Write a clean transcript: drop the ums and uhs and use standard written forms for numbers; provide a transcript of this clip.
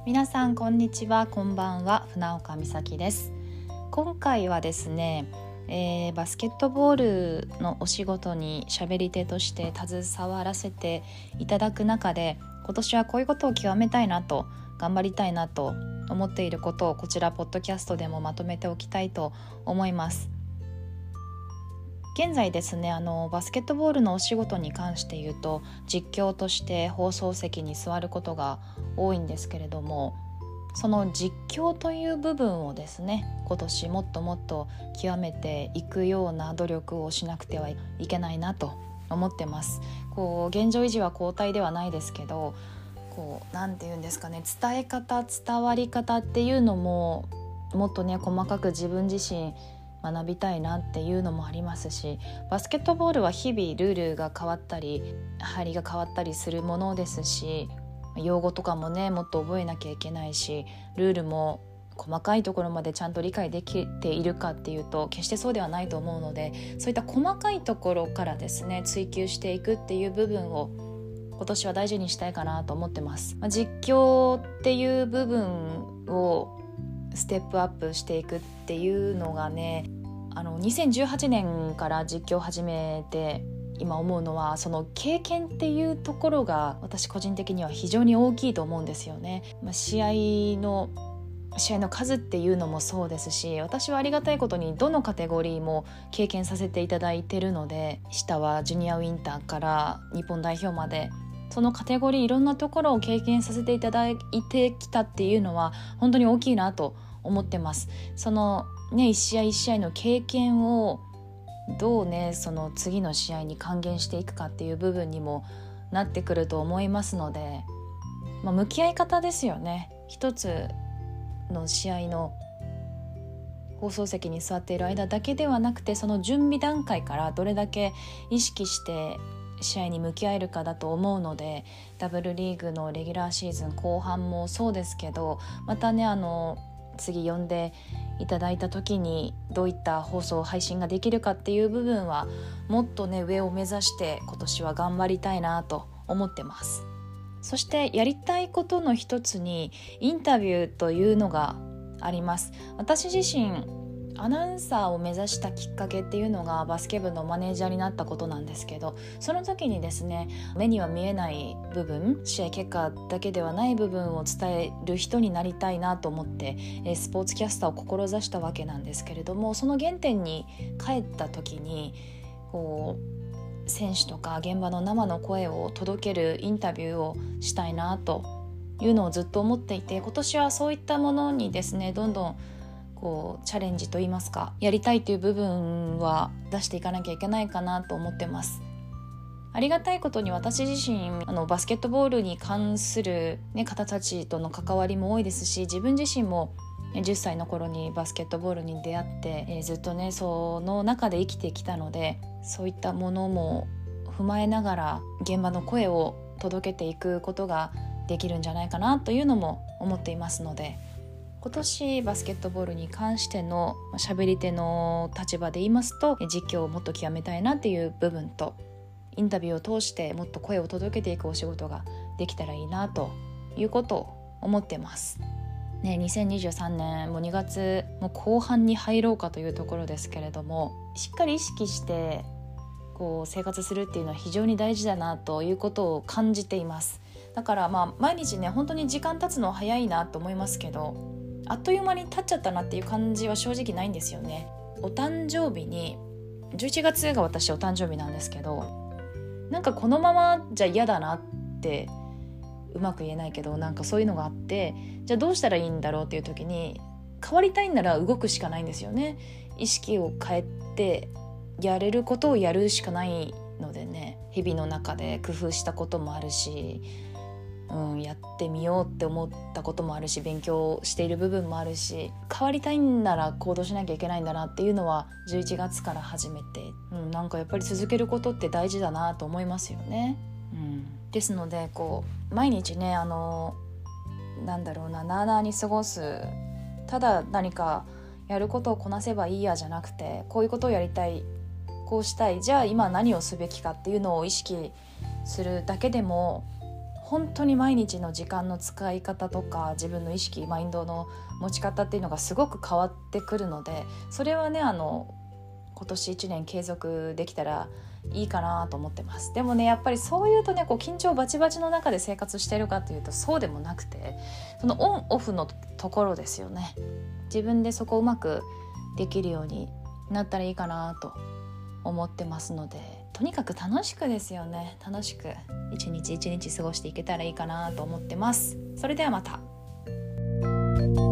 皆さんこんにちは、こんばんは。船岡美咲です。今回はですね、バスケットボールのお仕事に喋り手として携わらせていただく中で、今年はこういうことを極めたいなと、頑張りたいなと思っていることをこちらポッドキャストでもまとめておきたいと思います。現在ですね、バスケットボールのお仕事に関して言うと、実況として放送席に座ることが多いんですけれども、その実況という部分をですね、今年もっともっと極めていくような努力をしなくてはいけないなと思ってます。現状維持は後退ではないですけど、なんていうんですかね、伝え方、伝わり方っていうのももっとね、細かく自分自身学びたいなっていうのもありますし、バスケットボールは日々ルールが変わったり入りが変わったりするものですし、用語とかもね、もっと覚えなきゃいけないし、ルールも細かいところまでちゃんと理解できているかっていうと決してそうではないと思うので、そういった細かいところからですね、追求していくっていう部分を今年は大事にしたいかなと思ってます。実況っていう部分をステップアップしていくっていうのがね、2018年から実況を始めて今思うのは、その経験っていうところが私個人的には非常に大きいと思うんですよね。試合の数っていうのもそうですし、私はありがたいことにどのカテゴリーも経験させていただいてるので、下はジュニアウィンターから日本代表まで、そのカテゴリーいろんなところを経験させていただいてきたっていうのは本当に大きいなと思ってます。そのね、一試合一試合の経験をどうね、その次の試合に還元していくかっていう部分にもなってくると思いますので、向き合い方ですよね。一つの試合の放送席に座っている間だけではなくて、その準備段階からどれだけ意識して試合に向き合えるかだと思うので、ダブルリーグのレギュラーシーズン後半もそうですけど、またね、次呼んでいただいた時にどういった放送配信ができるかっていう部分はもっとね、上を目指して今年は頑張りたいなと思ってます。そしてやりたいことの一つにインタビューというのがあります。私自身アナウンサーを目指したきっかけっていうのがバスケ部のマネージャーになったことなんですけど、その時にですね、目には見えない部分、試合結果だけではない部分を伝える人になりたいなと思ってスポーツキャスターを志したわけなんですけれども、その原点に帰った時に選手とか現場の生の声を届けるインタビューをしたいなというのをずっと思っていて、今年はそういったものにですね、どんどんチャレンジといいますか、やりたいという部分は出していかなきゃいけないかなと思ってます。ありがたいことに私自身バスケットボールに関する、方たちとの関わりも多いですし、自分自身も10歳の頃にバスケットボールに出会って、ずっとねその中で生きてきたので、そういったものも踏まえながら現場の声を届けていくことができるんじゃないかなというのも思っていますので、今年バスケットボールに関しての喋り手の立場で言いますと、実況をもっと極めたいなっていう部分と、インタビューを通してもっと声を届けていくお仕事ができたらいいなということを思ってますね。2023年も2月も後半に入ろうかというところですけれども、しっかり意識して生活するっていうのは非常に大事だなということを感じています。だから毎日ね、本当に時間経つの早いなと思いますけど、あっという間に経っちゃったなっていう感じは正直ないんですよね。お誕生日に11月が私お誕生日なんですけど、なんかこのままじゃ嫌だなって、うまく言えないけど、なんかそういうのがあって、じゃあどうしたらいいんだろうっていう時に、変わりたいんなら動くしかないんですよね。意識を変えてやれることをやるしかないのでね、日々の中で工夫したこともあるし、やってみようって思ったこともあるし、勉強している部分もあるし、変わりたいんなら行動しなきゃいけないんだなっていうのは11月から始めて、なんかやっぱり続けることって大事だなと思いますよね。ですので毎日ね、なあなあに過ごす、ただ何かやることをこなせばいいやじゃなくて、こういうことをやりたい、こうしたい、じゃあ今何をすべきかっていうのを意識するだけでも本当に毎日の時間の使い方とか自分の意識マインドの持ち方っていうのがすごく変わってくるので、それはね今年1年継続できたらいいかなと思ってます。でもねやっぱりそういうとね緊張バチバチの中で生活してるかというとそうでもなくて、そのオンオフのところですよね。自分でそこをうまくできるようになったらいいかなと思ってますので、とにかく楽しくですよね。楽しく一日一日過ごしていけたらいいかなと思ってます。それではまた。